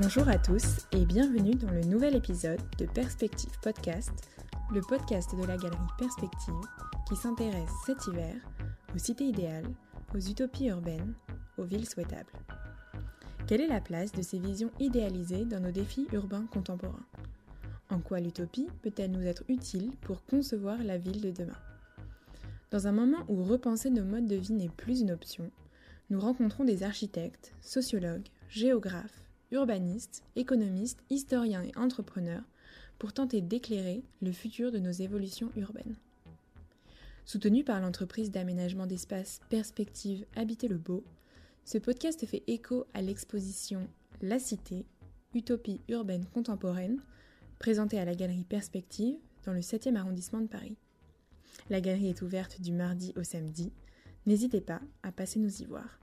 Bonjour à tous et bienvenue dans le nouvel épisode de Perspective Podcast, le podcast de la galerie Perspective qui s'intéresse cet hiver aux cités idéales, aux utopies urbaines, aux villes souhaitables. Quelle est la place de ces visions idéalisées dans nos défis urbains contemporains ? En quoi l'utopie peut-elle nous être utile pour concevoir la ville de demain ? Dans un moment où repenser nos modes de vie n'est plus une option, nous rencontrons des architectes, sociologues, géographes, urbanistes, économistes, historiens et entrepreneurs pour tenter d'éclairer le futur de nos évolutions urbaines. Soutenu par l'entreprise d'aménagement d'espace Perspective Habiter le Beau, ce podcast fait écho à l'exposition La Cité, utopie urbaine contemporaine, présentée à la galerie Perspective dans le 7e arrondissement de Paris. La galerie est ouverte du mardi au samedi. N'hésitez pas à passer nous y voir.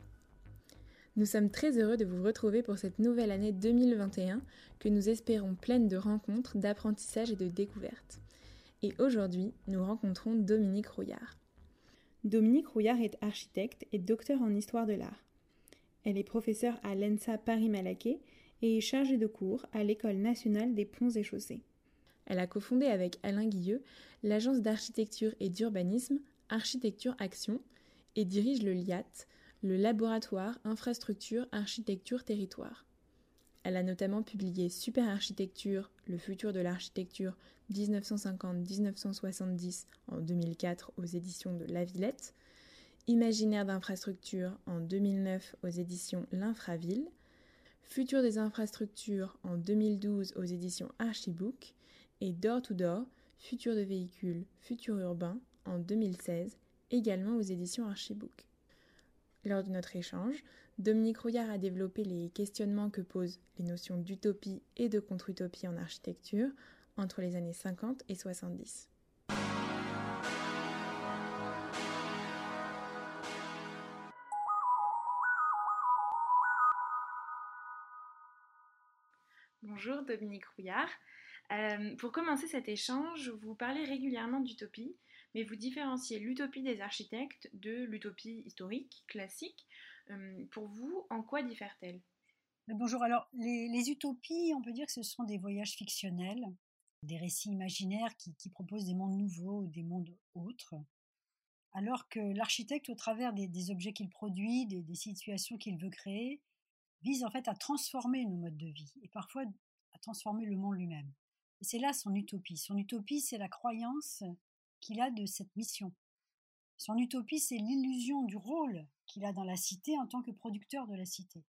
Nous sommes très heureux de vous retrouver pour cette nouvelle année 2021 que nous espérons pleine de rencontres, d'apprentissage et de découvertes. Et aujourd'hui, nous rencontrons Dominique Rouillard. Dominique Rouillard est architecte et docteur en histoire de l'art. Elle est professeure à l'ENSA Paris-Malaquais et est chargée de cours à l'École nationale des ponts et chaussées. Elle a cofondé avec Alain Guilleux l'agence d'architecture et d'urbanisme Architecture Action et dirige le LIAT, le laboratoire Infrastructure Architecture Territoire. Elle a notamment publié Super Architecture, le futur de l'architecture 1950-1970 en 2004 aux éditions de La Villette, Imaginaire d'infrastructure en 2009 aux éditions L'Infraville, Futur des infrastructures en 2012 aux éditions Archibook et Door to Door, Futur de véhicules, futur urbain en 2016, également aux éditions Archibook. Lors de notre échange, Dominique Rouillard a développé les questionnements que posent les notions d'utopie et de contre-utopie en architecture entre les années 50 et 70. Bonjour Dominique Rouillard. Pour commencer cet échange, vous parlez régulièrement d'utopie, mais vous différenciez l'utopie des architectes de l'utopie historique, classique. Pour vous, en quoi diffère-t-elle ? Bonjour, alors les utopies, on peut dire que ce sont des voyages fictionnels, des récits imaginaires qui proposent des mondes nouveaux ou des mondes autres, alors que l'architecte, au travers des objets qu'il produit, des situations qu'il veut créer, vise en fait à transformer nos modes de vie et parfois à transformer le monde lui-même. Et c'est là son utopie. Son utopie, c'est la croyance qu'il a de cette mission. Son utopie, c'est l'illusion du rôle qu'il a dans la cité en tant que producteur de la cité.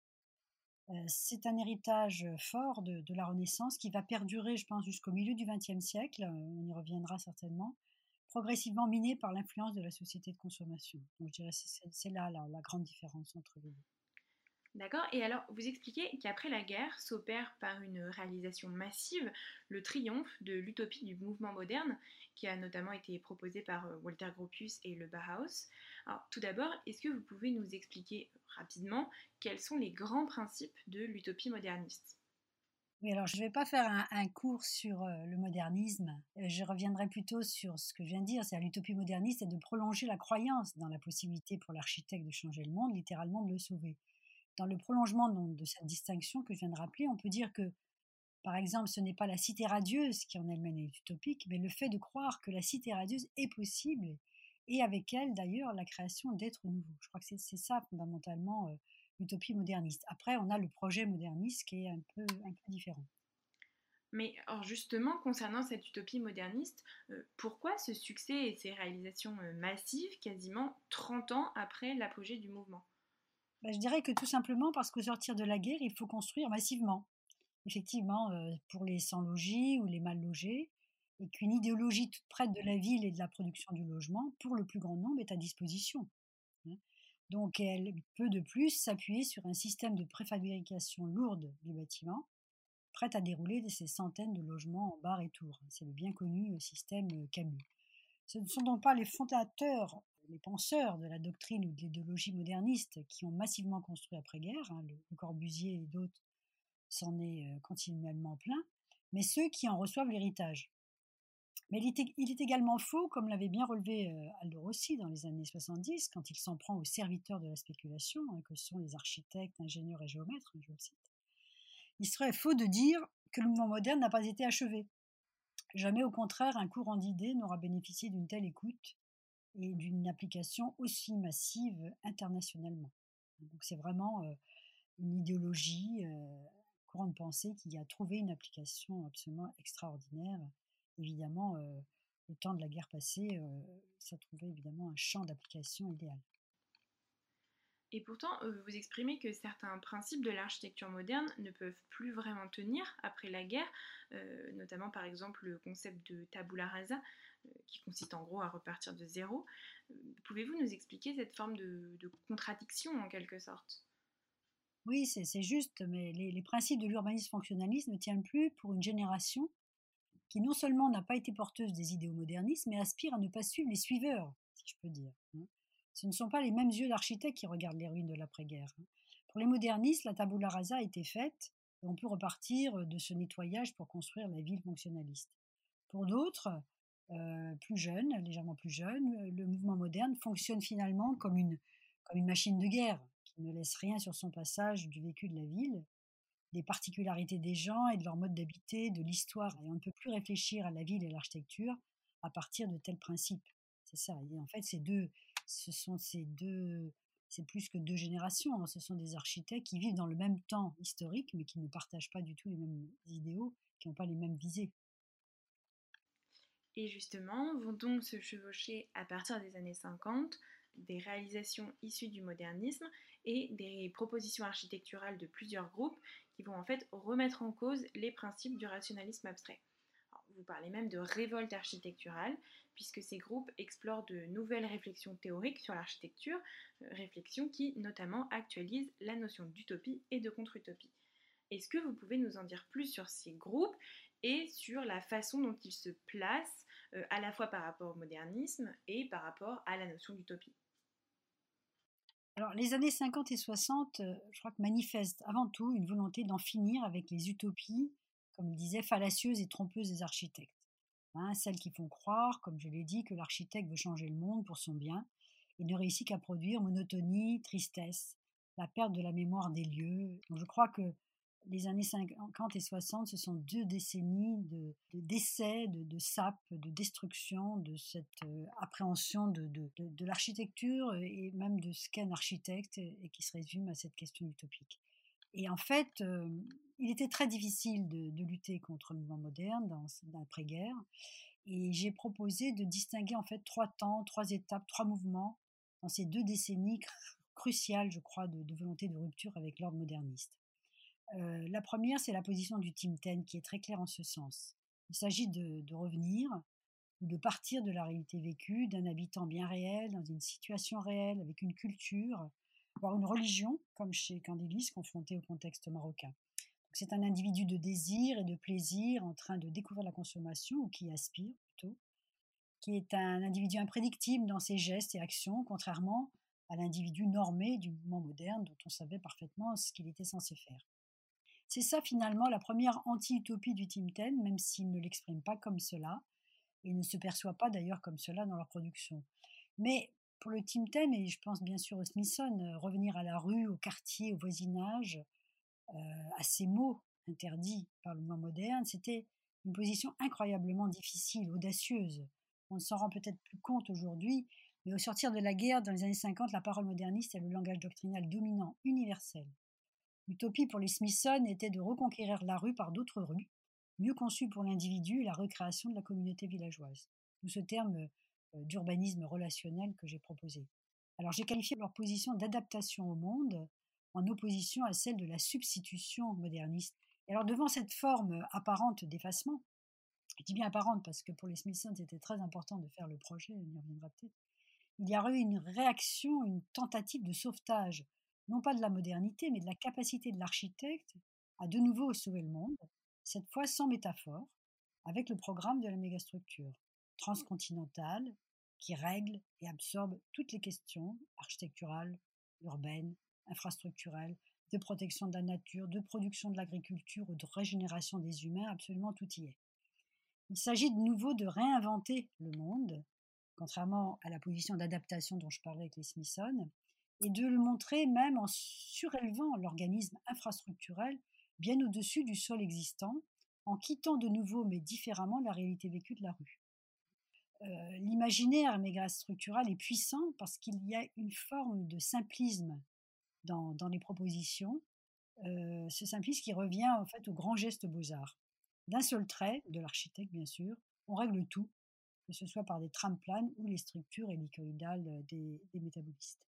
C'est un héritage fort de la Renaissance qui va perdurer, je pense, jusqu'au milieu du XXe siècle, on y reviendra certainement, progressivement miné par l'influence de la société de consommation. Donc je dirais que c'est là la grande différence entre les deux. D'accord. Et alors, vous expliquez qu'après la guerre s'opère par une réalisation massive le triomphe de l'utopie du mouvement moderne, qui a notamment été proposé par Walter Gropius et le Bauhaus. Alors, tout d'abord, est-ce que vous pouvez nous expliquer rapidement quels sont les grands principes de l'utopie moderniste ? Oui, alors je ne vais pas faire un cours sur le modernisme. Je reviendrai plutôt sur ce que je viens de dire, c'est-à-dire l'utopie moderniste, c'est de prolonger la croyance dans la possibilité pour l'architecte de changer le monde, littéralement de le sauver. Dans le prolongement de cette distinction que je viens de rappeler, on peut dire que, par exemple, ce n'est pas la cité radieuse qui en elle-même est utopique, mais le fait de croire que la cité radieuse est possible et avec elle, d'ailleurs, la création d'êtres nouveaux. Je crois que c'est ça, fondamentalement, l'utopie moderniste. Après, on a le projet moderniste qui est un peu différent. Mais alors justement, concernant cette utopie moderniste, pourquoi ce succès et ces réalisations massives quasiment 30 ans après l'apogée du mouvement ? Je dirais que tout simplement parce qu'au sortir de la guerre, il faut construire massivement. Effectivement, pour les sans-logis ou les mal logés, et qu'une idéologie toute prête de la ville et de la production du logement, pour le plus grand nombre, est à disposition, hein. Donc elle peut de plus s'appuyer sur un système de préfabrication lourde du bâtiment, prêt à dérouler ces centaines de logements en barres et tours. C'est le bien connu système Camus. Ce ne sont donc pas les fondateurs, les penseurs de la doctrine ou de l'idéologie moderniste qui ont massivement construit après-guerre, hein, le Corbusier et d'autres s'en est continuellement plein, mais ceux qui en reçoivent l'héritage. Mais il est également faux, comme l'avait bien relevé Aldo Rossi dans les années 70, quand il s'en prend aux serviteurs de la spéculation, hein, que sont les architectes, ingénieurs et géomètres, je le cite. Il serait faux de dire que le mouvement moderne n'a pas été achevé. Jamais, au contraire, un courant d'idées n'aura bénéficié d'une telle écoute et d'une application aussi massive internationalement. Donc c'est vraiment une idéologie, courant de pensée qui a trouvé une application absolument extraordinaire. Évidemment, le temps de la guerre passée, ça trouvait évidemment un champ d'application idéal. Et pourtant, vous exprimez que certains principes de l'architecture moderne ne peuvent plus vraiment tenir après la guerre, notamment par exemple le concept de tabula rasa, qui consiste en gros à repartir de zéro. Pouvez-vous nous expliquer cette forme de contradiction en quelque sorte? Oui, c'est juste, mais les principes de l'urbanisme fonctionnaliste ne tiennent plus pour une génération qui non seulement n'a pas été porteuse des idéaux modernistes, mais aspire à ne pas suivre les suiveurs, si je peux dire, hein. Ce ne sont pas les mêmes yeux d'architectes qui regardent les ruines de l'après-guerre, hein. Pour les modernistes, la tabula rasa a été faite et on peut repartir de ce nettoyage pour construire la ville fonctionnaliste. Pour d'autres, plus jeunes, légèrement plus jeunes, le mouvement moderne fonctionne finalement comme une machine de guerre qui ne laisse rien sur son passage du vécu de la ville, des particularités des gens et de leur mode d'habiter, de l'histoire. Et on ne peut plus réfléchir à la ville et l'architecture à partir de tels principes. C'est ça. Et en fait, c'est plus que deux générations, hein. Ce sont des architectes qui vivent dans le même temps historique, mais qui ne partagent pas du tout les mêmes idéaux, qui n'ont pas les mêmes visées. Et justement, vont donc se chevaucher à partir des années 50 des réalisations issues du modernisme et des propositions architecturales de plusieurs groupes qui vont en fait remettre en cause les principes du rationalisme abstrait. Alors, vous parlez même de révolte architecturale, puisque ces groupes explorent de nouvelles réflexions théoriques sur l'architecture, réflexions qui notamment actualisent la notion d'utopie et de contre-utopie. Est-ce que vous pouvez nous en dire plus sur ces groupes et sur la façon dont ils se placent à la fois par rapport au modernisme et par rapport à la notion d'utopie? Alors, les années 50 et 60, je crois que manifestent avant tout une volonté d'en finir avec les utopies, comme le disait, fallacieuses et trompeuses des architectes. Hein, celles qui font croire, comme je l'ai dit, que l'architecte veut changer le monde pour son bien et ne réussit qu'à produire monotonie, tristesse, la perte de la mémoire des lieux. Donc je crois que les années 50 et 60, ce sont deux décennies d'essais, de sapes, de destruction, de cette appréhension de l'architecture et même de ce qu'est un architecte et qui se résume à cette question utopique. Et en fait, il était très difficile de lutter contre le mouvement moderne dans l'après-guerre. Et j'ai proposé de distinguer en fait trois temps, trois étapes, trois mouvements dans ces deux décennies cruciales, je crois, de volonté de rupture avec l'ordre moderniste. La première, c'est la position du Team 10 qui est très claire en ce sens. Il s'agit de revenir ou de partir de la réalité vécue, d'un habitant bien réel, dans une situation réelle, avec une culture, voire une religion, comme chez Candelis, confronté au contexte marocain. Donc c'est un individu de désir et de plaisir en train de découvrir la consommation, ou qui aspire plutôt, qui est un individu imprédictible dans ses gestes et actions, contrairement à l'individu normé du mouvement moderne dont on savait parfaitement ce qu'il était censé faire. C'est ça finalement la première anti-utopie du Team 10, même s'il ne l'exprime pas comme cela, et ne se perçoit pas d'ailleurs comme cela dans leur production. Mais pour le Team 10, et je pense bien sûr au Smithson, revenir à la rue, au quartier, au voisinage, à ces mots interdits par le mouvement moderne, c'était une position incroyablement difficile, audacieuse. On ne s'en rend peut-être plus compte aujourd'hui, mais au sortir de la guerre, dans les années 50, la parole moderniste est le langage doctrinal dominant, universel. L'utopie pour les Smithson était de reconquérir la rue par d'autres rues, mieux conçues pour l'individu et la recréation de la communauté villageoise. D'où ce terme d'urbanisme relationnel que j'ai proposé. Alors j'ai qualifié leur position d'adaptation au monde en opposition à celle de la substitution moderniste. Et alors devant cette forme apparente d'effacement, je dis bien apparente parce que pour les Smithson c'était très important de faire le projet, on y reviendra peut-être, il y a eu une réaction, une tentative de sauvetage, non pas de la modernité, mais de la capacité de l'architecte à de nouveau sauver le monde, cette fois sans métaphore, avec le programme de la mégastructure transcontinentale qui règle et absorbe toutes les questions architecturales, urbaines, infrastructurelles, de protection de la nature, de production de l'agriculture ou de régénération des humains, absolument tout y est. Il s'agit de nouveau de réinventer le monde, contrairement à la position d'adaptation dont je parlais avec les Smithson, et de le montrer même en surélevant l'organisme infrastructurel bien au-dessus du sol existant, en quittant de nouveau mais différemment la réalité vécue de la rue. L'imaginaire mégastructural est puissant parce qu'il y a une forme de simplisme dans les propositions, ce simpliste qui revient en fait au grand geste beaux-arts. D'un seul trait, de l'architecte bien sûr, on règle tout, que ce soit par des trames planes ou les structures hélicoïdales des métabolistes.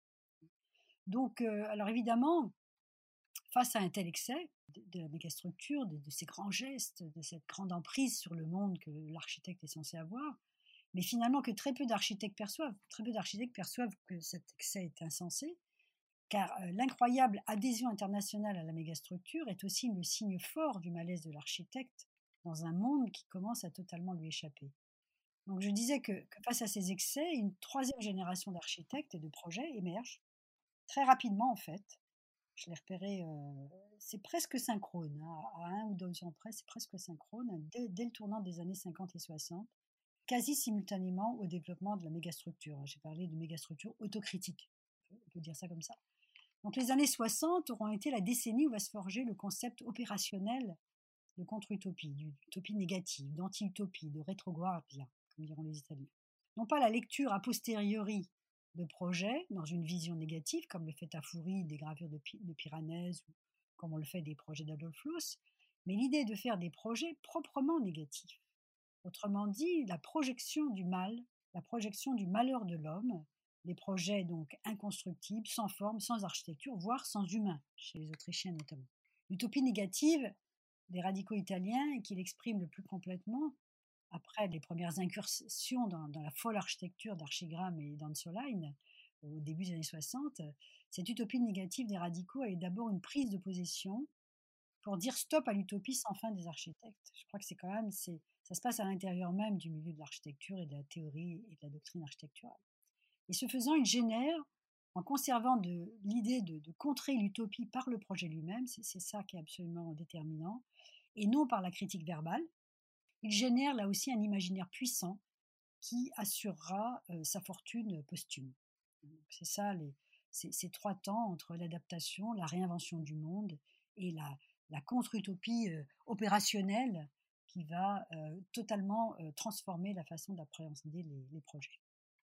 Donc, alors évidemment, face à un tel excès de la mégastructure, de ces grands gestes, de cette grande emprise sur le monde que l'architecte est censé avoir, mais finalement que très peu d'architectes perçoivent que cet excès est insensé, car l'incroyable adhésion internationale à la mégastructure est aussi le signe fort du malaise de l'architecte dans un monde qui commence à totalement lui échapper. Donc je disais que face à ces excès, une troisième génération d'architectes et de projets émerge très rapidement en fait. Je l'ai repéré, c'est presque synchrone, hein, à 1 ou 2 ans près, c'est presque synchrone, hein, dès le tournant des années 50 et 60, quasi simultanément au développement de la mégastructure, hein. J'ai parlé de mégastructure autocritique, on peut dire ça comme ça. Donc les années 60 auront été la décennie où va se forger le concept opérationnel de contre-utopie, d'utopie négative, d'anti-utopie, de retroguardia, comme diront les Italiens. Non pas la lecture a posteriori de projets dans une vision négative, comme le fait Tafuri des gravures de Piranèse ou comme on le fait des projets d'Adolf Loos, mais l'idée de faire des projets proprement négatifs. Autrement dit, la projection du mal, la projection du malheur de l'homme, des projets donc inconstructibles, sans forme, sans architecture, voire sans humain, chez les Autrichiens notamment. L'utopie négative des radicaux italiens, et qui l'exprime le plus complètement, après les premières incursions dans la folle architecture d'Archigram et d'Ansolein, au début des années 60, cette utopie négative des radicaux est d'abord une prise de position pour dire stop à l'utopie sans fin des architectes. Je crois que c'est quand même, ça se passe à l'intérieur même du milieu de l'architecture et de la théorie et de la doctrine architecturale. Et ce faisant, il génère, en conservant l'idée de contrer l'utopie par le projet lui-même, c'est ça qui est absolument déterminant, et non par la critique verbale, il génère là aussi un imaginaire puissant qui assurera sa fortune posthume. C'est ça, ces 3 temps entre l'adaptation, la réinvention du monde et la contre-utopie opérationnelle qui va totalement transformer la façon d'appréhender les projets.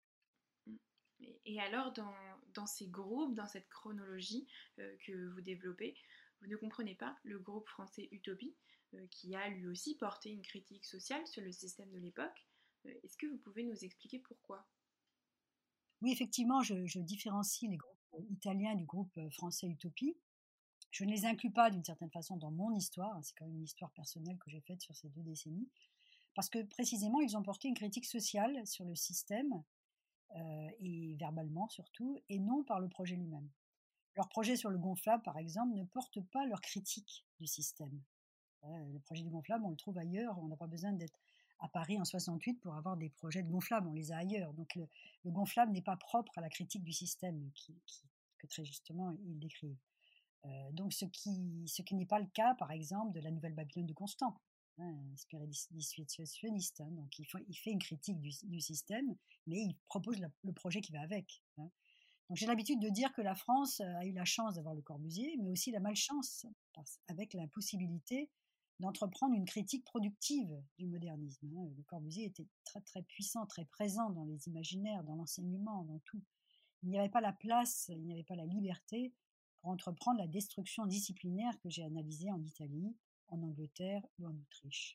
Et alors, dans ces groupes, dans cette chronologie que vous développez, vous ne comprenez pas le groupe français Utopie, qui a lui aussi porté une critique sociale sur le système de l'époque. Est-ce que vous pouvez nous expliquer pourquoi? Oui, effectivement, je différencie les groupes italiens du groupe français Utopie. Je ne les inclus pas d'une certaine façon dans mon histoire, hein, c'est quand même une histoire personnelle que j'ai faite sur ces 2 décennies, parce que précisément, ils ont porté une critique sociale sur le système, et verbalement surtout, et non par le projet lui-même. Leur projet sur le gonflable, par exemple, ne porte pas leur critique du système. Le projet du gonflable, on le trouve ailleurs, on n'a pas besoin d'être à Paris en 68 pour avoir des projets de gonflable, on les a ailleurs. Donc le gonflable n'est pas propre à la critique du système que très justement ils décrivent. Donc ce qui n'est pas le cas, par exemple, de la Nouvelle Babylone de Constant, hein, inspiré dissuasionniste, hein. Donc il fait une critique du système, mais il propose le projet qui va avec, hein. Donc j'ai l'habitude de dire que la France a eu la chance d'avoir le Corbusier, mais aussi la malchance, avec la possibilité d'entreprendre une critique productive du modernisme, hein. Le Corbusier était très très puissant, très présent dans les imaginaires, dans l'enseignement, dans tout. Il n'y avait pas la place, il n'y avait pas la liberté pour entreprendre la destruction disciplinaire que j'ai analysée en Italie, en Angleterre ou en Autriche.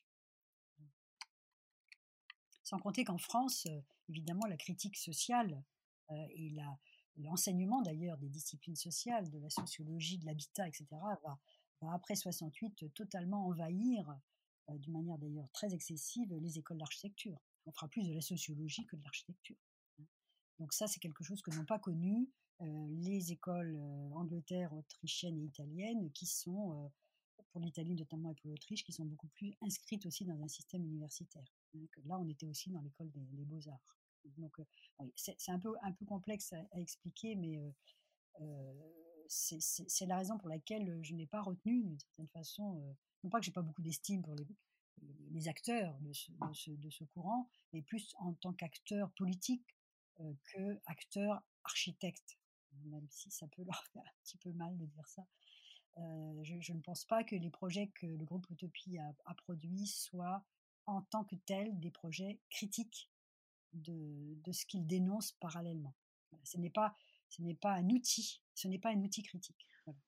Sans compter qu'en France, évidemment, la critique sociale et l'enseignement d'ailleurs des disciplines sociales, de la sociologie, de l'habitat, etc., va après 68 totalement envahir, d'une manière d'ailleurs très excessive, les écoles d'architecture. On fera plus de la sociologie que de l'architecture, hein. Donc ça, c'est quelque chose que n'ont pas connu les écoles Angleterre, autrichiennes et italiennes, qui sont, pour l'Italie notamment et pour l'Autriche, qui sont beaucoup plus inscrites aussi dans un système universitaire, hein, que là, on était aussi dans l'école des beaux-arts. Donc, oui, c'est un peu complexe à expliquer, mais c'est la raison pour laquelle je n'ai pas retenu, d'une certaine façon, non pas que j'ai pas beaucoup d'estime pour les acteurs de ce courant, mais plus en tant qu'acteurs politiques que acteurs architectes, même si ça peut leur faire un petit peu mal de dire ça. Je ne pense pas que les projets que le groupe Utopie a produits soient en tant que tels des projets critiques de ce qu'il dénonce parallèlement. Voilà, ce n'est pas un outil critique. Voilà.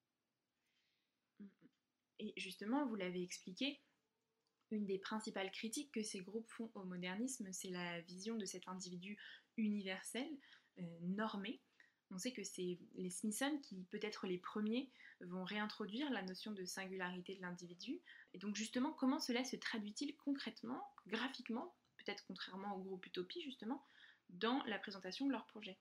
Et justement, vous l'avez expliqué, une des principales critiques que ces groupes font au modernisme, c'est la vision de cet individu universel, normé. On sait que c'est les Smithsonian qui, peut-être les premiers, vont réintroduire la notion de singularité de l'individu. Et donc justement, comment cela se traduit-il concrètement, graphiquement, peut-être contrairement au groupe Utopie justement, dans la présentation de leur projet?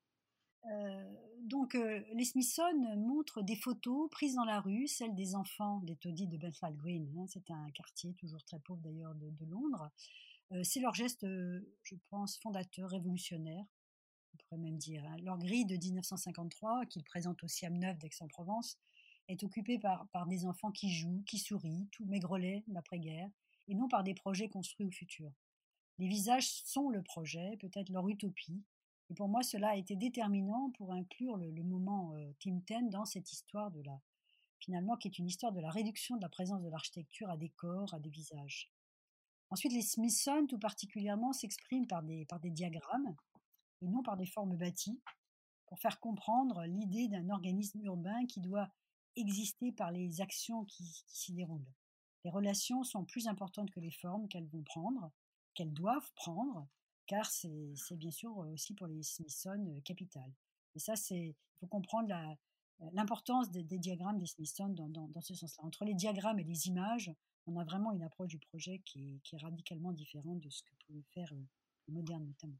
Les Smithsonian montrent des photos prises dans la rue, celles des enfants des taudis de Bethnal Green, hein. C'est un quartier toujours très pauvre d'ailleurs de Londres. C'est leur geste, je pense, fondateur, révolutionnaire, on pourrait même dire, hein. Leur grille de 1953, qu'ils présentent au Siam Neuf d'Aix-en-Provence, est occupée par des enfants qui jouent, qui sourient, tout maigrelets d'après-guerre, et non par des projets construits au futur. Les visages sont le projet, peut-être leur utopie. Et pour moi, cela a été déterminant pour inclure le moment Tim Ten dans cette histoire finalement, qui est une histoire de la réduction de la présence de l'architecture à des corps, à des visages. Ensuite, les Smithsonian, tout particulièrement, s'expriment par des diagrammes et non par des formes bâties, pour faire comprendre l'idée d'un organisme urbain qui doit exister par les actions qui s'y déroulent. Les relations sont plus importantes que les formes qu'elles doivent prendre, car c'est bien sûr aussi pour les Smithsonian capital. Et ça, il faut comprendre l'importance des diagrammes des Smithsonian dans ce sens-là. Entre les diagrammes et les images, on a vraiment une approche du projet qui est radicalement différente de ce que pouvait faire le moderne notamment.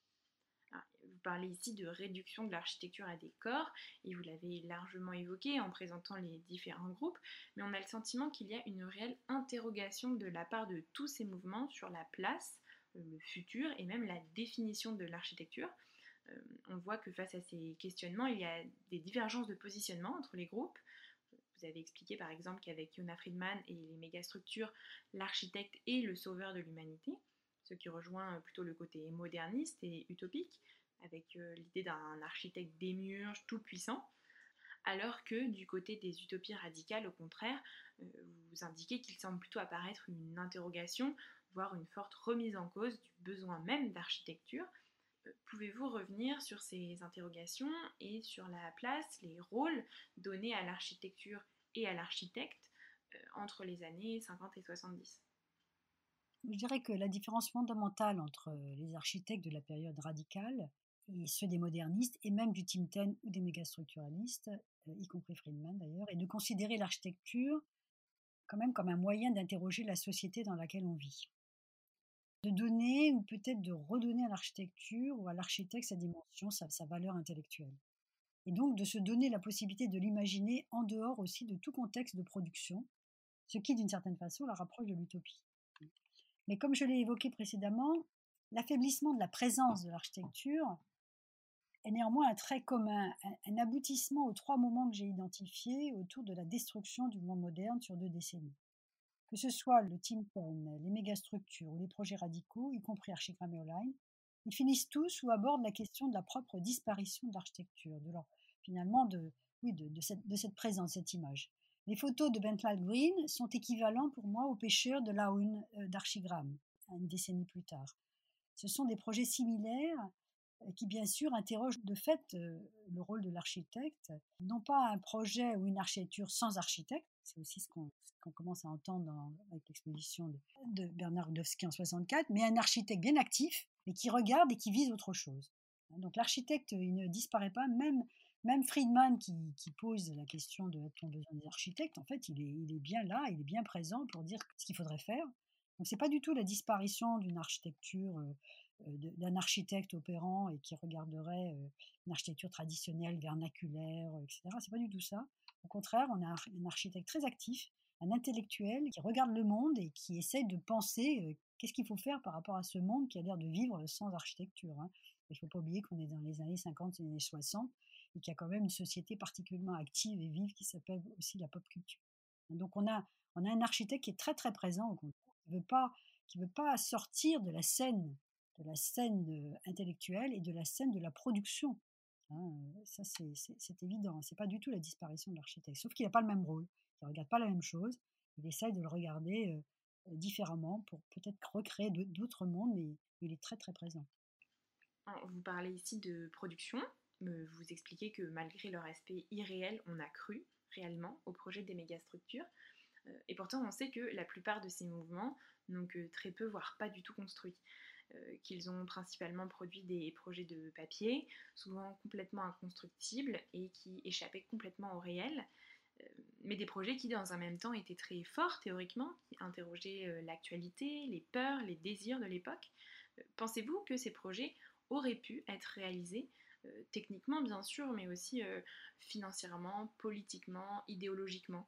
Vous parlez ici de réduction de l'architecture à des corps, et vous l'avez largement évoqué en présentant les différents groupes, mais on a le sentiment qu'il y a une réelle interrogation de la part de tous ces mouvements sur la place, le futur et même la définition de l'architecture. On voit que face à ces questionnements, il y a des divergences de positionnement entre les groupes. Vous avez expliqué par exemple qu'avec Yona Friedman et les mégastructures, l'architecte est le sauveur de l'humanité, ce qui rejoint plutôt le côté moderniste et utopique, avec l'idée d'un architecte démiurge, tout puissant, alors que du côté des utopies radicales, au contraire, vous indiquez qu'il semble plutôt apparaître une interrogation, voire une forte remise en cause du besoin même d'architecture. Pouvez-vous revenir sur ces interrogations et sur la place, les rôles donnés à l'architecture et à l'architecte entre les années 50 et 70? Je dirais que la différence fondamentale entre les architectes de la période radicale et ceux des modernistes, et même du Tim Ten ou des mégastructuralistes, y compris Friedman d'ailleurs, est de considérer l'architecture quand même comme un moyen d'interroger la société dans laquelle on vit. De donner ou peut-être de redonner à l'architecture ou à l'architecte sa dimension, sa valeur intellectuelle. Et donc de se donner la possibilité de l'imaginer en dehors aussi de tout contexte de production, ce qui d'une certaine façon la rapproche de l'utopie. Mais comme je l'ai évoqué précédemment, l'affaiblissement de la présence de l'architecture est néanmoins un trait commun, un aboutissement aux trois moments que j'ai identifiés autour de la destruction du monde moderne sur 2 décennies. Que ce soit le Tim Ten, les mégastructures ou les projets radicaux, y compris Archicram et Online, ils finissent tous ou abordent la question de la propre disparition de l'architecture, finalement oui, de cette présence, cette image. Les photos de Bethnal Green sont équivalents pour moi aux pêcheurs de Laoun d'Archigram, une décennie plus tard. Ce sont des projets similaires qui bien sûr interrogent de fait le rôle de l'architecte, non pas un projet ou une architecture sans architecte, c'est aussi ce qu'on commence à entendre avec l'exposition de Bernard Rudowski en 64, mais un architecte bien actif, mais qui regarde et qui vise autre chose. Donc l'architecte, il ne disparaît pas, même Friedman qui pose la question de a-t-on besoin des architectes, en fait, il est bien là, il est bien présent pour dire ce qu'il faudrait faire. Donc c'est pas du tout la disparition d'une architecture, d'un architecte opérant et qui regarderait une architecture traditionnelle, vernaculaire, etc. C'est pas du tout ça. Au contraire, on a un architecte très actif, un intellectuel qui regarde le monde et qui essaye de penser qu'est-ce qu'il faut faire par rapport à ce monde qui a l'air de vivre sans architecture, hein. Il ne faut pas oublier qu'on est dans les années 50 et les années 60 et qu'il y a quand même une société particulièrement active et vive qui s'appelle aussi la pop culture. Donc on a un architecte qui est très très présent au contraire, qui veut pas sortir de la scène intellectuelle et de la scène de la production. hein, ça c'est évident. C'est pas du tout la disparition de l'architecte, sauf qu'il a pas le même rôle. Il regarde pas la même chose. Il essaye de le regarder, différemment pour peut-être recréer d'autres mondes, mais il est très, très présent. Vous parlez ici de production, vous expliquez que malgré leur aspect irréel, on a cru réellement au projet des mégastructures. Et pourtant, on sait que la plupart de ces mouvements n'ont que très peu, voire pas du tout construit. Qu'ils ont principalement produit des projets de papier, souvent complètement inconstructibles et qui échappaient complètement au réel, mais des projets qui, dans un même temps, étaient très forts théoriquement, qui interrogeaient l'actualité, les peurs, les désirs de l'époque. Pensez-vous que ces projets auraient pu être réalisés techniquement, bien sûr, mais aussi financièrement, politiquement, idéologiquement?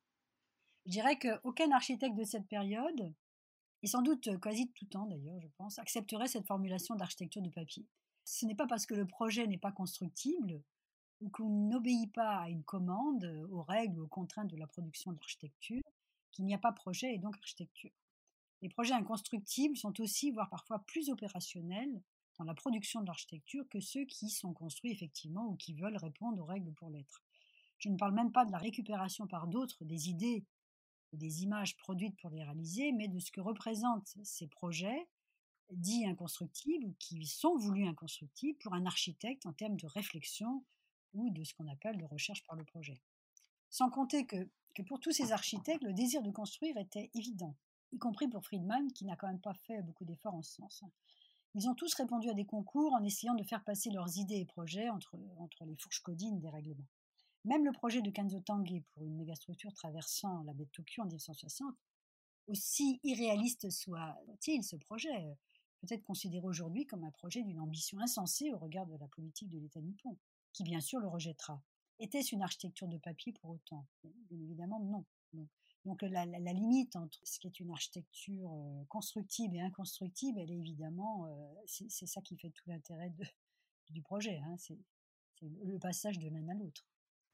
Je dirais qu'aucun architecte de cette période, et sans doute quasi de tout temps d'ailleurs, je pense, accepterait cette formulation d'architecture de papier. Ce n'est pas parce que le projet n'est pas constructible ou qu'on n'obéit pas à une commande, aux règles ou aux contraintes de la production de l'architecture, qu'il n'y a pas projet et donc architecture. Les projets inconstructibles sont aussi, voire parfois plus opérationnels dans la production de l'architecture que ceux qui sont construits effectivement ou qui veulent répondre aux règles pour l'être. Je ne parle même pas de la récupération par d'autres des idées ou des images produites pour les réaliser, mais de ce que représentent ces projets dits inconstructibles ou qui sont voulus inconstructibles pour un architecte en termes de réflexion ou de ce qu'on appelle de recherche par le projet. Sans compter que pour tous ces architectes, le désir de construire était évident, y compris pour Friedman, qui n'a quand même pas fait beaucoup d'efforts en ce sens. Ils ont tous répondu à des concours en essayant de faire passer leurs idées et projets entre les fourches codines des règlements. Même le projet de Kenzo Tange pour une mégastructure traversant la baie de Tokyo en 1960, aussi irréaliste soit-il, ce projet, peut être considéré aujourd'hui comme un projet d'une ambition insensée au regard de la politique de l'État nippon, qui bien sûr le rejettera. Était-ce une architecture de papier pour autant? Bien évidemment, non. Non. Donc la limite entre ce qui est une architecture constructible et inconstructible, elle est évidemment, c'est ça qui fait tout l'intérêt du projet, hein, c'est le passage de l'un à l'autre.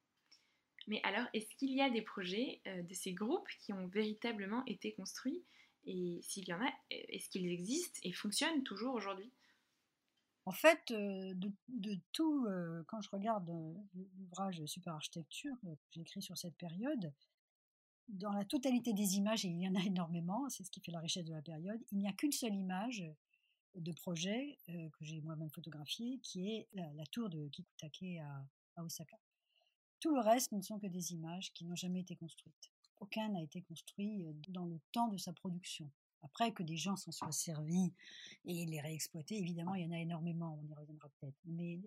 Mais alors, est-ce qu'il y a des projets de ces groupes qui ont véritablement été construits? Et s'il y en a, est-ce qu'ils existent et fonctionnent toujours aujourd'hui? En fait, de tout, quand je regarde l'ouvrage Super Architecture que j'ai écrit sur cette période, dans la totalité des images, et il y en a énormément, c'est ce qui fait la richesse de la période, il n'y a qu'une seule image de projet que j'ai moi-même photographiée, qui est la tour de Kikutake à Osaka. Tout le reste ne sont que des images qui n'ont jamais été construites. Aucun n'a été construit dans le temps de sa production. Après, que des gens s'en soient servis et les réexploités, évidemment, il y en a énormément, on y reviendra peut-être. Mais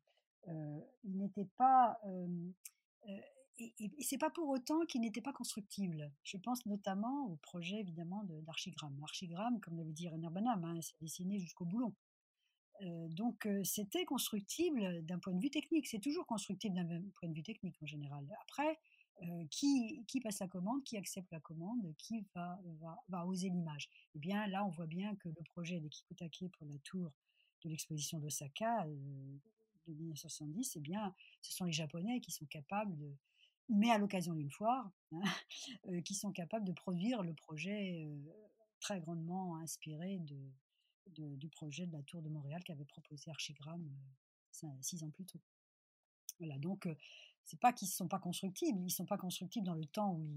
il n'était pas. Euh, et c'est pas pour autant qu'il n'était pas constructible. Je pense notamment au projet évidemment d'Archigramme. Archigramme, comme l'avait dit Rainer Banham, hein, c'est dessiné jusqu'au boulon. Donc c'était constructible d'un point de vue technique. C'est toujours constructible d'un point de vue technique en général. Après, qui passe la commande, qui accepte la commande, qui va oser l'image. Eh bien là, on voit bien que le projet de Kikutake pour la tour de l'exposition d'Osaka de 1970, eh bien, ce sont les Japonais qui sont capables de, mais à l'occasion d'une foire, hein, qui sont capables de produire le projet très grandement inspiré du projet de la tour de Montréal qu'avait proposé Archigramme 6 ans plus tôt. Voilà, donc c'est pas qu'ils ne sont pas constructibles, ils ne sont pas constructibles dans le temps où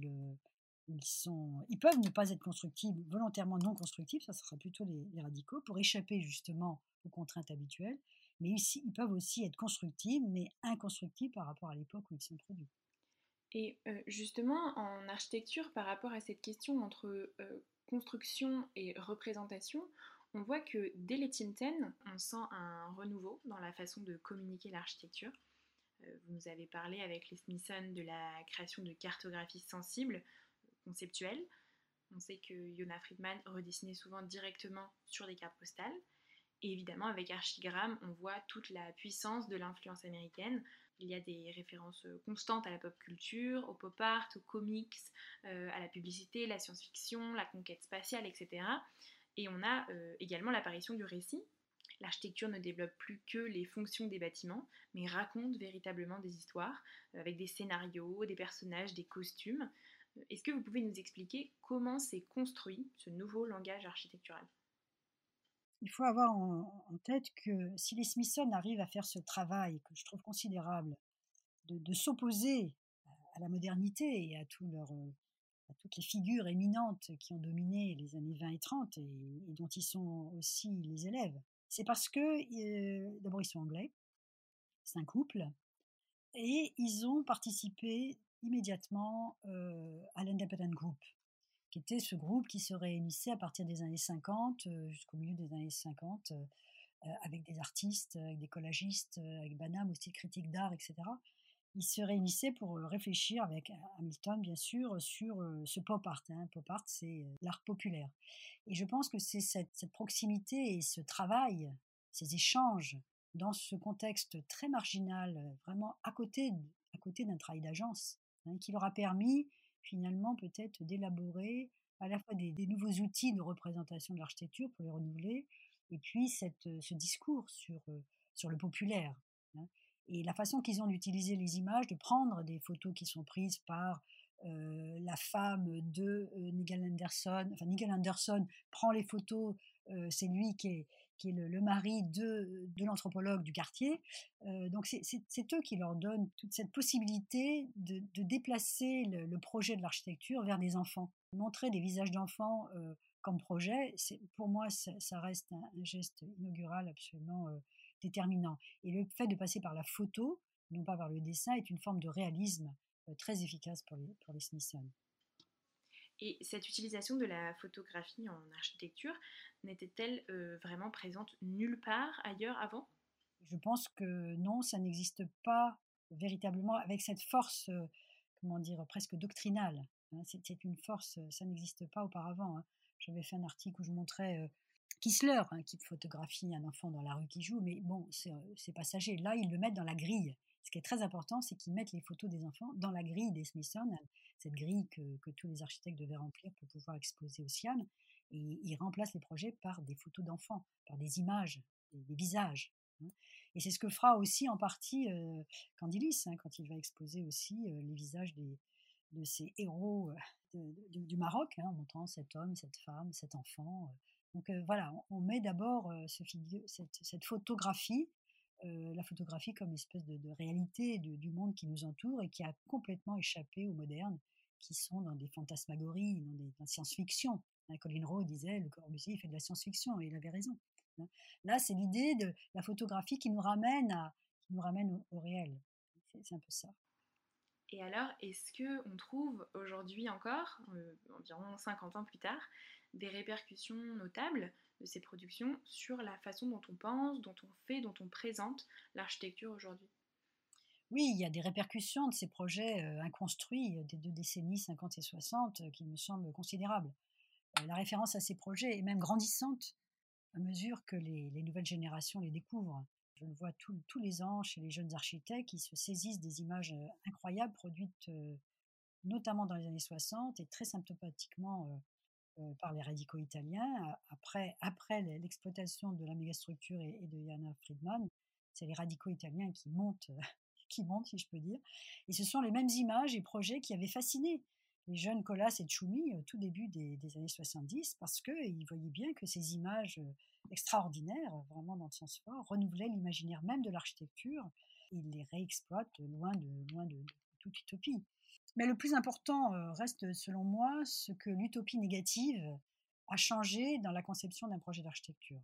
ils peuvent ne pas être constructibles, volontairement non constructibles, ça sera plutôt les radicaux, pour échapper justement aux contraintes habituelles, mais ici, ils peuvent aussi être constructibles, mais inconstructibles par rapport à l'époque où ils sont produits. Et justement, en architecture, par rapport à cette question entre construction et représentation, on voit que dès les Tinten, on sent un renouveau dans la façon de communiquer l'architecture. Vous nous avez parlé avec les Smithson de la création de cartographies sensibles, conceptuelles. On sait que Yona Friedman redessinait souvent directement sur des cartes postales. Et évidemment, avec Archigram, on voit toute la puissance de l'influence américaine. Il y a des références constantes à la pop culture, au pop art, aux comics, à la publicité, la science-fiction, la conquête spatiale, etc. Et on a également l'apparition du récit. L'architecture ne développe plus que les fonctions des bâtiments, mais raconte véritablement des histoires, avec des scénarios, des personnages, des costumes. Est-ce que vous pouvez nous expliquer comment s'est construit ce nouveau langage architectural? Il faut avoir en tête que si les Smithsonian arrivent à faire ce travail, que je trouve considérable, de s'opposer à la modernité et à toutes les figures éminentes qui ont dominé les années 20 et 30 et dont ils sont aussi les élèves, c'est parce que, d'abord ils sont anglais, c'est un couple et ils ont participé immédiatement, à l'Independent Group, qui était ce groupe qui se réunissait à partir des années 50, jusqu'au milieu des années 50, avec des artistes, avec des collagistes, avec Banham aussi, critique d'art, etc. Ils se réunissaient pour réfléchir avec Hamilton, bien sûr, sur ce pop art, hein. Pop art, c'est l'art populaire. Et je pense que c'est cette proximité et ce travail, ces échanges dans ce contexte très marginal, vraiment à côté d'un travail d'agence, hein, qui leur a permis finalement peut-être d'élaborer à la fois des nouveaux outils de représentation de l'architecture pour les renouveler, et puis ce discours sur le populaire, hein. Et la façon qu'ils ont d'utiliser les images, de prendre des photos qui sont prises par la femme de Nigel Anderson. Enfin, Nigel Anderson prend les photos, c'est lui qui est le mari de l'anthropologue du quartier. Donc c'est eux qui leur donnent toute cette possibilité de déplacer le projet de l'architecture vers des enfants. Montrer des visages d'enfants comme projet, pour moi, ça reste un geste inaugural absolument déterminant. Et le fait de passer par la photo, non pas par le dessin, est une forme de réalisme très efficace pour les Smithsonian. Et cette utilisation de la photographie en architecture n'était-elle vraiment présente nulle part ailleurs avant? Je pense que non, ça n'existe pas véritablement avec cette force, comment dire, presque doctrinale, hein. C'est une force, ça n'existe pas auparavant, hein. J'avais fait un article où je montrais Kistler, hein, qui photographie un enfant dans la rue qui joue, mais bon, c'est passager. Là, ils le mettent dans la grille. Ce qui est très important, c'est qu'ils mettent les photos des enfants dans la grille des Smithsonian, cette grille que tous les architectes devaient remplir pour pouvoir exposer au SIAM. Et ils remplacent les projets par des photos d'enfants, par des images, des visages, hein. Et c'est ce que fera aussi en partie Candilis, hein, quand il va exposer aussi les visages de ces héros du Maroc, hein, en montrant cet homme, cette femme, cet enfant. Donc voilà, on met d'abord cette photographie, la photographie comme espèce de réalité du monde qui nous entoure et qui a complètement échappé aux modernes, qui sont dans des fantasmagories, dans la science-fiction, hein. Colin Rowe disait, Le Corbusier fait de la science-fiction, et il avait raison, hein. Là, c'est l'idée de la photographie qui nous ramène au réel. C'est un peu ça. Et alors, est-ce que on trouve aujourd'hui encore, environ 50 ans plus tard, des répercussions notables de ces productions sur la façon dont on pense, dont on fait, dont on présente l'architecture aujourd'hui? Oui, il y a des répercussions de ces projets inconstruits des deux décennies 50 et 60 qui me semblent considérables. La référence à ces projets est même grandissante à mesure que les nouvelles générations les découvrent. Je le vois tous les ans chez les jeunes architectes qui se saisissent des images incroyables produites notamment dans les années 60 et très symptomatiquement par les radicaux italiens. Après l'exploitation de la mégastructure et de Jana Friedman, c'est les radicaux italiens qui montent, qui montent, si je peux dire. Et ce sont les mêmes images et projets qui avaient fasciné les jeunes Collas et Tchoumi au tout début des années 70, parce qu'ils voyaient bien que ces images extraordinaires, vraiment dans le sens fort, renouvelaient l'imaginaire même de l'architecture. Ils les réexploitent loin de toute utopie. Mais le plus important reste, selon moi, ce que l'utopie négative a changé dans la conception d'un projet d'architecture.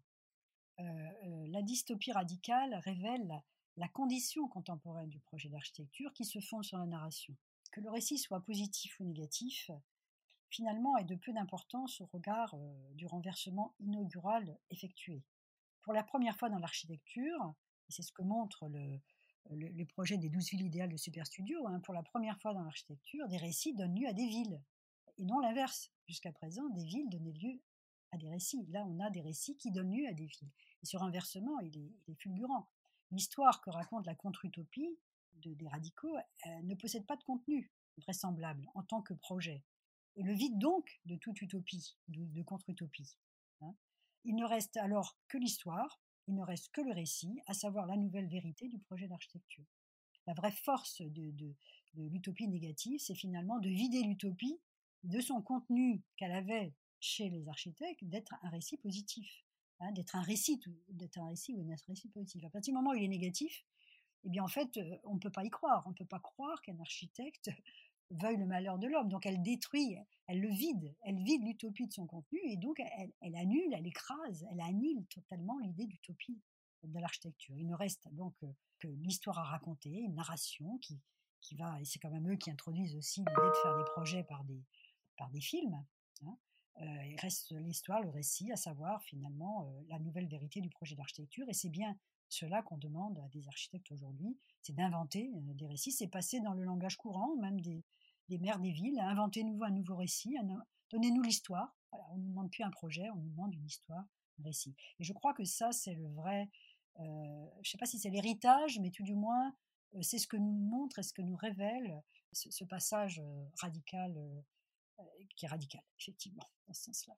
La dystopie radicale révèle la condition contemporaine du projet d'architecture qui se fonde sur la narration. Que le récit soit positif ou négatif, finalement, est de peu d'importance au regard du renversement inaugural effectué. Pour la première fois dans l'architecture, et c'est ce que montre le projet des 12 villes idéales de Superstudio, hein, pour la première fois dans l'architecture, des récits donnent lieu à des villes, et non l'inverse. Jusqu'à présent, des villes donnaient lieu à des récits. Là, on a des récits qui donnent lieu à des villes. Et ce renversement, il est fulgurant. L'histoire que raconte la contre-utopie des radicaux ne possède pas de contenu vraisemblable en tant que projet, et le vide donc de toute utopie, de contre-utopie, hein. Il ne reste alors que l'histoire, il ne reste que le récit, à savoir la nouvelle vérité du projet d'architecture. La vraie force de l'utopie négative, c'est finalement de vider l'utopie de son contenu qu'elle avait chez les architectes, d'être un récit positif. hein, d'être un récit, d'être un récit ou d'être un récit positif. À partir du moment où il est négatif, eh bien en fait, on ne peut pas y croire. On ne peut pas croire qu'un architecte veuille le malheur de l'homme. Donc elle détruit, elle vide l'utopie de son contenu et donc elle annule, elle écrase, elle annule totalement l'idée d'utopie de l'architecture. Il ne reste donc que l'histoire à raconter, une narration qui va, et c'est quand même eux qui introduisent aussi l'idée de faire des projets par des films. Hein. Il reste l'histoire, le récit, à savoir finalement la nouvelle vérité du projet d'architecture. Et c'est bien cela qu'on demande à des architectes aujourd'hui, c'est d'inventer des récits, c'est passer dans le langage courant, même des maires des villes, inventez-nous un nouveau récit, donnez-nous l'histoire. Voilà, on ne nous demande plus un projet, on nous demande une histoire, un récit. Et je crois que ça, c'est le vrai, je ne sais pas si c'est l'héritage, mais tout du moins, c'est ce que nous montre et ce que nous révèle ce passage radical, qui est radical, effectivement, dans ce sens-là.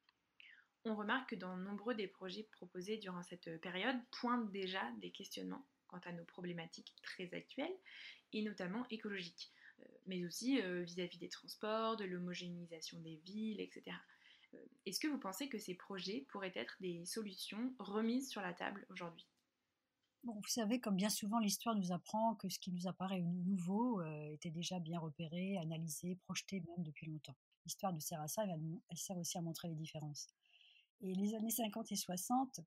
On remarque que dans nombreux des projets proposés durant cette période pointent déjà des questionnements quant à nos problématiques très actuelles et notamment écologiques, mais aussi vis-à-vis des transports, de l'homogénéisation des villes, etc. Est-ce que vous pensez que ces projets pourraient être des solutions remises sur la table aujourd'hui? Bon, vous savez, comme bien souvent, l'histoire nous apprend que ce qui nous apparaît nouveau était déjà bien repéré, analysé, projeté même depuis longtemps. L'histoire nous sert à ça, elle sert aussi à montrer les différences. Et les années 50 et 60,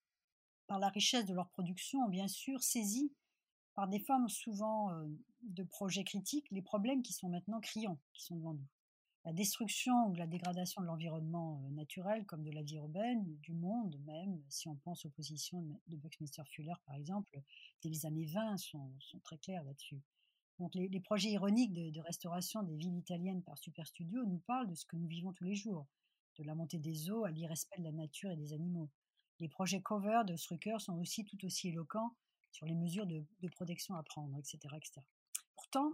par la richesse de leur production, ont bien sûr saisi, par des formes souvent de projets critiques, les problèmes qui sont maintenant criants, qui sont devant nous. La destruction ou la dégradation de l'environnement naturel, comme de la vie urbaine, du monde même, si on pense aux positions de Buckminster Fuller par exemple, dès les années 20 sont très clairs là-dessus. Donc les projets ironiques de restauration des villes italiennes par Superstudio nous parlent de ce que nous vivons tous les jours, de la montée des eaux à l'irrespect de la nature et des animaux. Les projets cover de Strucker sont aussi tout aussi éloquents sur les mesures de protection à prendre, etc., etc. Pourtant,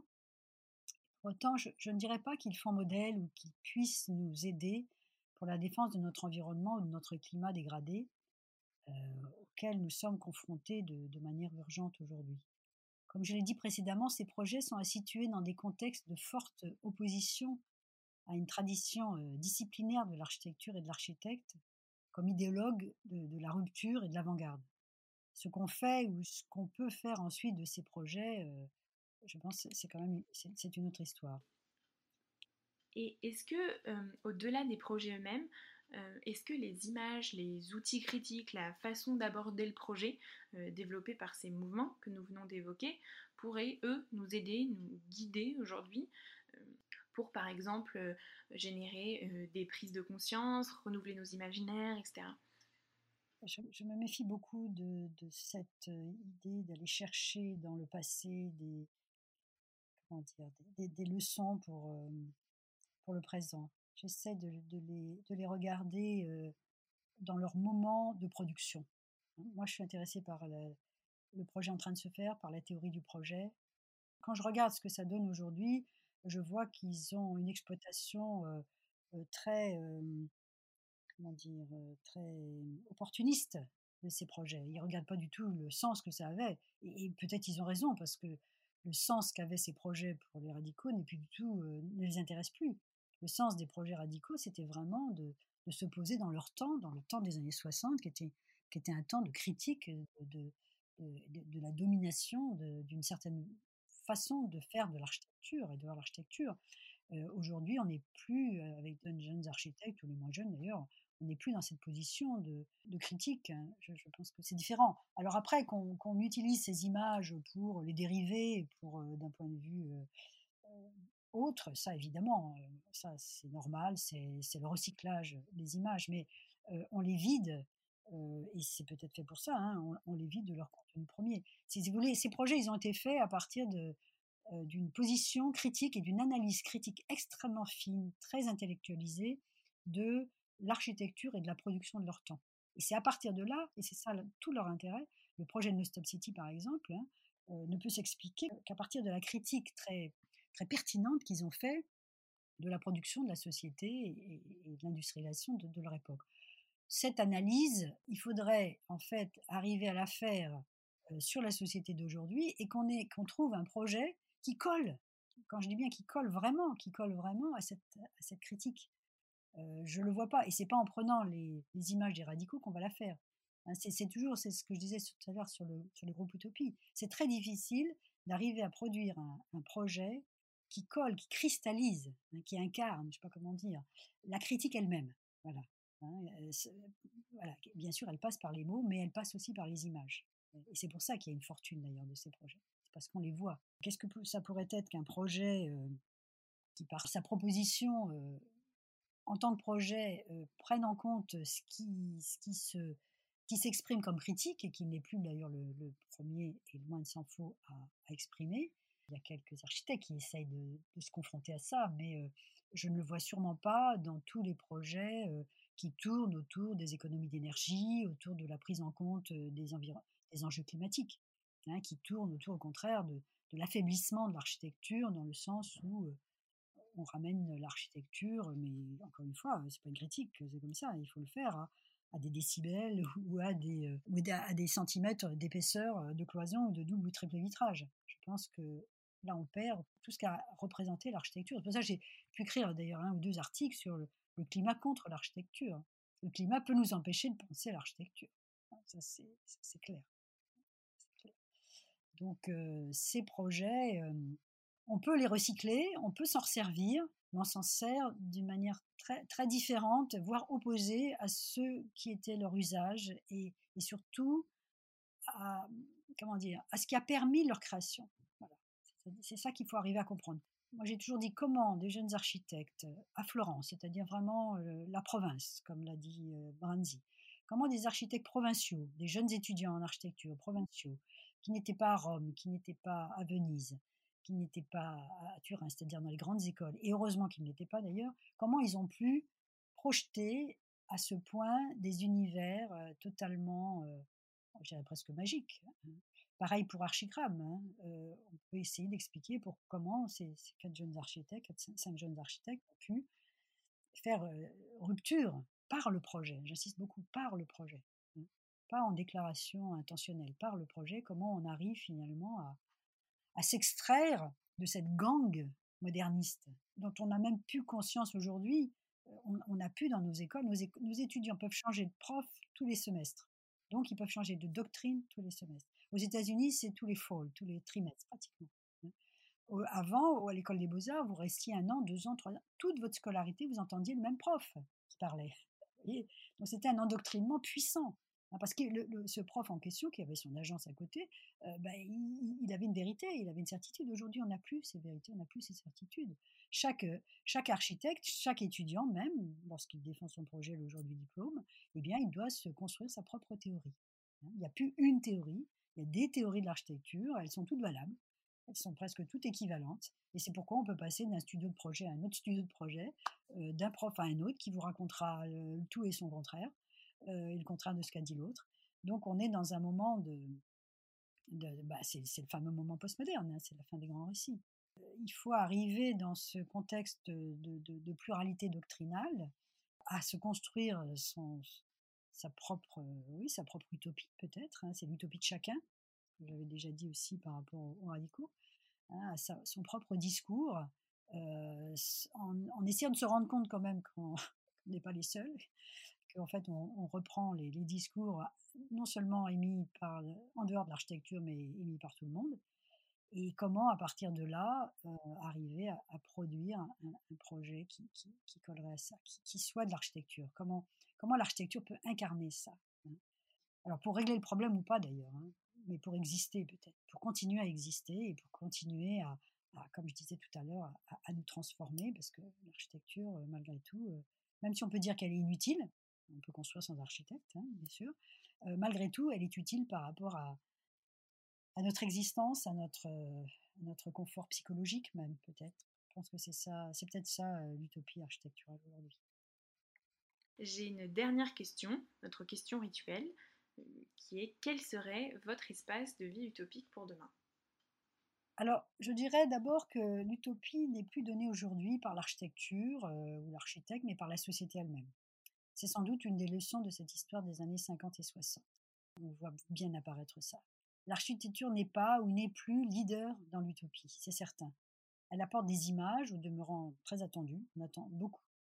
Autant je ne dirais pas qu'ils font modèle ou qu'ils puissent nous aider pour la défense de notre environnement ou de notre climat dégradé, auquel nous sommes confrontés de manière urgente aujourd'hui. Comme je l'ai dit précédemment, ces projets sont à situer dans des contextes de forte opposition à une tradition disciplinaire de l'architecture et de l'architecte comme idéologue de la rupture et de l'avant-garde. Ce qu'on fait ou ce qu'on peut faire ensuite de ces projets, je pense que c'est quand même c'est une autre histoire. Et est-ce que, au-delà des projets eux-mêmes, est-ce que les images, les outils critiques, la façon d'aborder le projet, développé par ces mouvements que nous venons d'évoquer, pourraient, eux, nous aider, nous guider aujourd'hui, euh, pour, par exemple, générer des prises de conscience, renouveler nos imaginaires, etc. Je me méfie beaucoup de cette idée d'aller chercher dans le passé comment dire, des leçons pour le présent. J'essaie de les regarder dans leur moment de production. Moi, je suis intéressée par le projet en train de se faire, par la théorie du projet. Quand je regarde ce que ça donne aujourd'hui, je vois qu'ils ont une exploitation très, comment dire, très opportuniste de ces projets. Ils ne regardent pas du tout le sens que ça avait. Et peut-être ils ont raison, parce que le sens qu'avaient ces projets pour les radicaux n'est plus du tout, ne les intéresse plus. Le sens des projets radicaux, c'était vraiment de se poser dans leur temps, dans le temps des années 60, qui était un temps de critique de la domination d'une certaine façon de faire de l'architecture et de voir l'architecture. Aujourd'hui, on n'est plus, avec de jeunes architectes, ou les moins jeunes d'ailleurs, on n'est plus dans cette position de critique. Hein. Je pense que c'est différent. Alors après, qu'on utilise ces images pour les dériver, pour d'un point de vue autre, ça évidemment, ça c'est normal, c'est le recyclage des images, mais on les vide, et c'est peut-être fait pour ça, hein, on les vide de leur contenu premier. Si vous voulez, ces projets, ils ont été faits à partir d'une position critique et d'une analyse critique extrêmement fine, très intellectualisée de l'architecture et de la production de leur temps. Et c'est à partir de là, et c'est ça tout leur intérêt, le projet de No Stop City par exemple, hein, ne peut s'expliquer qu'à partir de la critique très, très pertinente qu'ils ont fait de la production de la société et de l'industrialisation de leur époque. Cette analyse, il faudrait en fait arriver à la faire sur la société d'aujourd'hui et qu'on trouve un projet qui colle, quand je dis bien qui colle vraiment à cette critique. Je le vois pas et c'est pas en prenant les images des radicaux qu'on va la faire. Hein, c'est toujours c'est ce que je disais tout à l'heure sur le groupe Utopie. C'est très difficile d'arriver à produire un projet qui colle, qui cristallise, hein, qui incarne, je sais pas comment dire, la critique elle-même. Voilà, hein, voilà, bien sûr, elle passe par les mots, mais elle passe aussi par les images. Et c'est pour ça qu'il y a une fortune d'ailleurs de ces projets. C'est parce qu'on les voit. Qu'est-ce que ça pourrait être qu'un projet qui, par sa proposition, en tant que projet, prenne en compte ce qui s'exprime comme critique et qui n'est plus d'ailleurs le premier et loin de s'en faut à exprimer. Il y a quelques architectes qui essayent de se confronter à ça, mais je ne le vois sûrement pas dans tous les projets qui tournent autour des économies d'énergie, autour de la prise en compte des enjeux climatiques, hein, qui tournent autour au contraire de l'affaiblissement de l'architecture dans le ssens où on ramène l'architecture, mais encore une fois, c'est pas une critique, c'est comme ça, il faut le faire à des décibels ou à des centimètres d'épaisseur de cloison ou de double ou triple vitrage. Je pense que là, on perd tout ce qu'a représenté l'architecture. C'est pour ça que j'ai pu écrire d'ailleurs un ou deux articles sur le climat contre l'architecture. Le climat peut nous empêcher de penser à l'architecture. Ça, c'est clair. C'est clair. Donc, ces projets, on peut les recycler, on peut s'en resservir, mais on s'en sert d'une manière très, très différente, voire opposée à ceux qui étaient leur usage et surtout à, comment dire, à ce qui a permis leur création. Voilà. C'est ça qu'il faut arriver à comprendre. Moi, j'ai toujours dit comment des jeunes architectes à Florence, c'est-à-dire vraiment la province, comme l'a dit Branzi, comment des architectes provinciaux, des jeunes étudiants en architecture provinciaux, qui n'étaient pas à Rome, qui n'étaient pas à Venise, qui n'étaient pas à Turin, c'est-à-dire dans les grandes écoles, et heureusement qu'ils ne l'étaient pas d'ailleurs, comment ils ont pu projeter à ce point des univers totalement, je dirais presque magiques, hein. Pareil pour Archigram, hein, on peut essayer d'expliquer comment ces 4 jeunes architectes, 5 jeunes architectes ont pu faire rupture par le projet. J'insiste beaucoup, par le projet, hein. Pas en déclaration intentionnelle, par le projet, comment on arrive finalement à s'extraire de cette gangue moderniste dont on n'a même plus conscience aujourd'hui. On n'a plus dans nos écoles, nos étudiants peuvent changer de prof tous les semestres. Donc, ils peuvent changer de doctrine tous les semestres. Aux États-Unis, c'est tous les fall, tous les trimestres pratiquement, hein. Avant, à l'école des beaux-arts, vous restiez 1 an, 2 ans, 3 ans. Toute votre scolarité, vous entendiez le même prof qui parlait. Vous voyez. Donc, c'était un endoctrinement puissant, hein, parce que ce prof en question, qui avait son agence à côté, il avait une vérité, il avait une certitude. Aujourd'hui, on n'a plus ces vérités, on n'a plus ces certitudes. Chaque architecte, chaque étudiant, même lorsqu'il défend son projet le jour du diplôme, eh bien, il doit se construire sa propre théorie, hein. Il n'y a plus une théorie, il y a des théories de l'architecture, elles sont toutes valables, elles sont presque toutes équivalentes. Et c'est pourquoi on peut passer d'un studio de projet à un autre studio de projet, d'un prof à un autre qui vous racontera tout et son contraire, et le contraire de ce qu'a dit l'autre. Donc on est dans un moment c'est le fameux moment postmoderne, hein, c'est la fin des grands récits. Il faut arriver dans ce contexte de pluralité doctrinale à se construire sa propre utopie peut-être, hein, c'est l'utopie de chacun, que j'avais déjà dit aussi par rapport aux radicaux, hein, à son propre discours, en essayant de se rendre compte quand même qu'on n'est pas les seuls, qu'en fait on reprend les discours non seulement émis en dehors de l'architecture, mais émis par tout le monde, et comment à partir de là arriver à produire un projet qui collerait à ça, qui soit de l'architecture. Comment l'architecture peut incarner ça, hein. Alors pour régler le problème ou pas d'ailleurs, hein, mais pour exister peut-être, pour continuer à exister et pour continuer comme je disais tout à l'heure, à nous transformer, parce que l'architecture, malgré tout, même si on peut dire qu'elle est inutile, on peut construire sans architecte, hein, bien sûr, malgré tout, elle est utile par rapport à notre existence, à notre confort psychologique même peut-être. Je pense que c'est peut-être ça l'utopie architecturale aujourd'hui. J'ai une dernière question, notre question rituelle, qui est quel serait votre espace de vie utopique pour demain? Alors, je dirais d'abord que l'utopie n'est plus donnée aujourd'hui par l'architecture ou l'architecte, mais par la société elle-même. C'est sans doute une des leçons de cette histoire des années 50 et 60. On voit bien apparaître ça. L'architecture n'est pas ou n'est plus leader dans l'utopie, c'est certain. Elle apporte des images, au demeurant très attendues, on attend beaucoup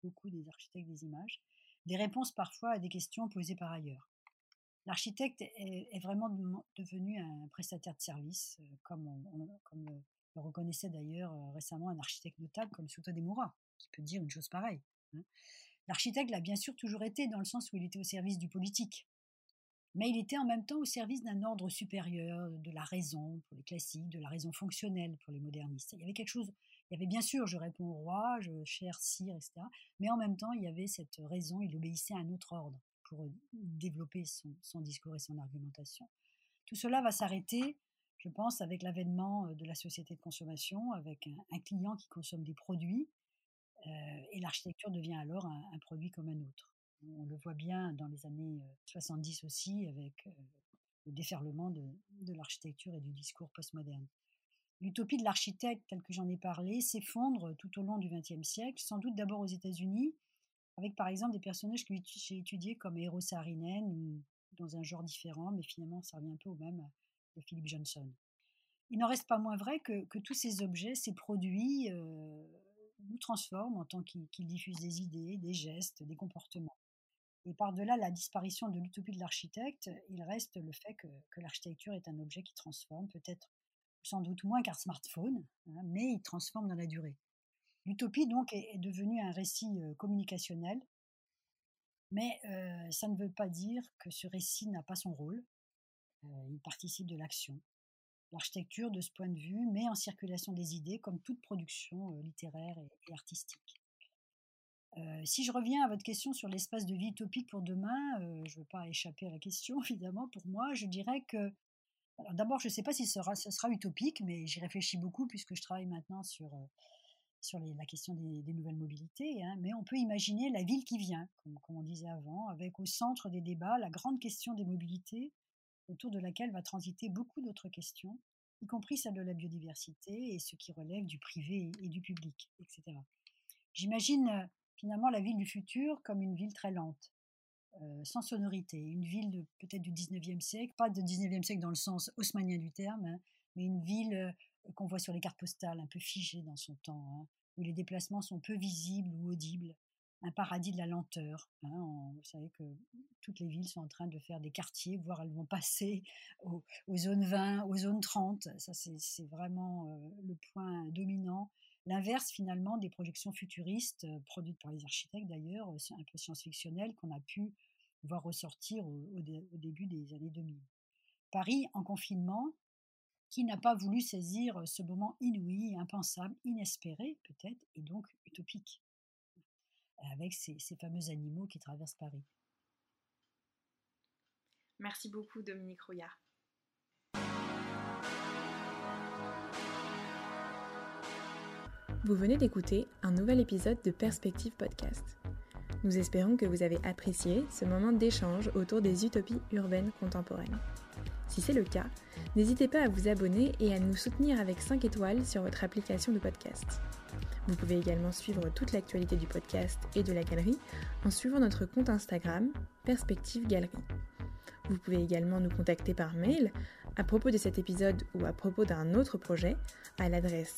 beaucoup des architectes des images, des réponses parfois à des questions posées par ailleurs. L'architecte est vraiment devenu un prestataire de service, comme le reconnaissait d'ailleurs récemment un architecte notable comme Souto Demura, qui peut dire une chose pareille. Hein. L'architecte l'a bien sûr toujours été dans le sens où il était au service du politique, mais il était en même temps au service d'un ordre supérieur, de la raison pour les classiques, de la raison fonctionnelle pour les modernistes. Il y avait quelque chose, il y avait bien sûr, je réponds au roi, je cher sire, etc. Mais en même temps, il y avait cette raison, il obéissait à un autre ordre pour développer son discours et son argumentation. Tout cela va s'arrêter, je pense, avec l'avènement de la société de consommation, avec un client qui consomme des produits, et l'architecture devient alors un produit comme un autre. On le voit bien dans les années 70 aussi, avec le déferlement de l'architecture et du discours postmoderne. L'utopie de l'architecte, telle que j'en ai parlé, s'effondre tout au long du XXe siècle, sans doute d'abord aux États-Unis, avec par exemple des personnages que j'ai étudiés comme Eero Saarinen, ou dans un genre différent, mais finalement ça revient un peu au même, de Philip Johnson. Il n'en reste pas moins vrai que tous ces objets, ces produits, nous transforment en tant qu'ils diffusent des idées, des gestes, des comportements. Et par-delà la disparition de l'utopie de l'architecte, il reste le fait que l'architecture est un objet qui transforme, peut-être sans doute moins qu'un smartphone, hein, mais il transforme dans la durée. L'utopie donc est devenue un récit communicationnel, mais ça ne veut pas dire que ce récit n'a pas son rôle, il participe de l'action. L'architecture, de ce point de vue, met en circulation des idées comme toute production littéraire et artistique. Si je reviens à votre question sur l'espace de vie utopique pour demain, je ne veux pas échapper à la question, évidemment, pour moi, je dirais que... Alors d'abord, je ne sais pas si ce sera utopique, mais j'y réfléchis beaucoup puisque je travaille maintenant sur la question des nouvelles mobilités, hein, mais on peut imaginer la ville qui vient, comme on disait avant, avec au centre des débats la grande question des mobilités, autour de laquelle va transiter beaucoup d'autres questions, y compris celle de la biodiversité et ce qui relève du privé et du public, etc. J'imagine finalement la ville du futur comme une ville très lente, sans sonorité, une ville peut-être du 19e siècle, pas du 19e siècle dans le sens haussmannien du terme, hein, mais une ville qu'on voit sur les cartes postales, un peu figée dans son temps, hein, où les déplacements sont peu visibles ou audibles, un paradis de la lenteur. Hein, vous savez que toutes les villes sont en train de faire des quartiers, voire elles vont passer aux zones 20, aux zones 30. Ça, c'est vraiment le point dominant. L'inverse finalement des projections futuristes produites par les architectes d'ailleurs, un peu science-fictionnelles qu'on a pu voir ressortir au début des années 2000. Paris en confinement, qui n'a pas voulu saisir ce moment inouï, impensable, inespéré peut-être, et donc utopique, avec ces fameux animaux qui traversent Paris. Merci beaucoup Dominique Rouillard. Vous venez d'écouter un nouvel épisode de Perspective Podcast. Nous espérons que vous avez apprécié ce moment d'échange autour des utopies urbaines contemporaines. Si c'est le cas, n'hésitez pas à vous abonner et à nous soutenir avec 5 étoiles sur votre application de podcast. Vous pouvez également suivre toute l'actualité du podcast et de la galerie en suivant notre compte Instagram, Perspective Galerie. Vous pouvez également nous contacter par mail à propos de cet épisode ou à propos d'un autre projet à l'adresse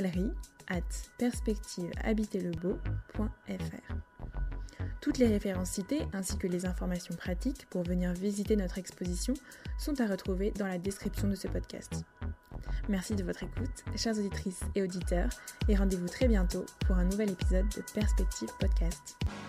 galerie@perspectivehabiterlebeau.fr. Toutes les références citées ainsi que les informations pratiques pour venir visiter notre exposition sont à retrouver dans la description de ce podcast. Merci de votre écoute, chères auditrices et auditeurs, et rendez-vous très bientôt pour un nouvel épisode de Perspective Podcast.